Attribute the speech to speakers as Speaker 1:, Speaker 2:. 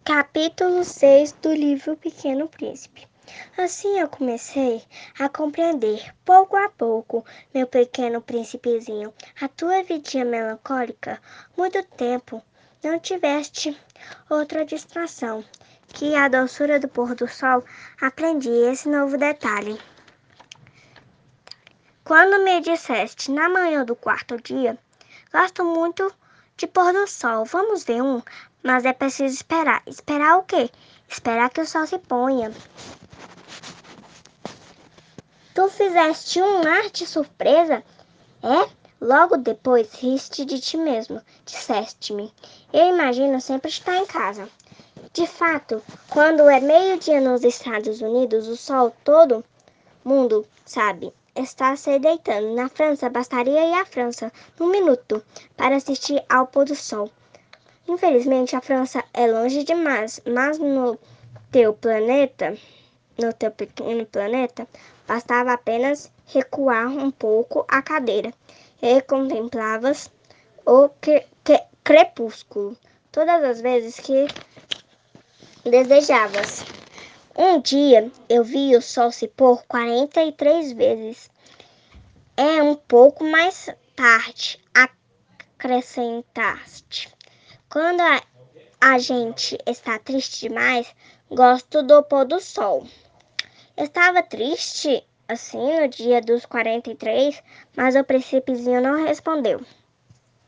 Speaker 1: Capítulo 6 do livro Pequeno Príncipe. Assim eu comecei a compreender, pouco a pouco, meu pequeno príncipezinho, a tua vidinha melancólica. Muito tempo não tiveste outra distração que a doçura do pôr do sol. Aprendi esse novo detalhe. Quando me disseste na manhã do quarto dia, gosto muito de pôr do sol. Vamos ver um? Mas é preciso esperar. Esperar o quê? Esperar que o sol se ponha. Tu fizeste um ar de surpresa? É? Logo depois riste de ti mesmo. Disseste-me. Eu imagino sempre estar em casa. De fato, quando é meio-dia nos Estados Unidos, o sol todo mundo sabe está se deitando. Na França, bastaria ir à França num minuto para assistir ao pôr do sol. Infelizmente, a França é longe demais, mas no teu pequeno planeta, bastava apenas recuar um pouco a cadeira e contemplavas o crepúsculo todas as vezes que desejavas. Um dia eu vi o sol se pôr 43 vezes. É um pouco mais tarde, acrescentaste. Quando a gente está triste demais, gosto do pôr do sol. Estava triste assim no dia dos 43, mas o príncipezinho não respondeu.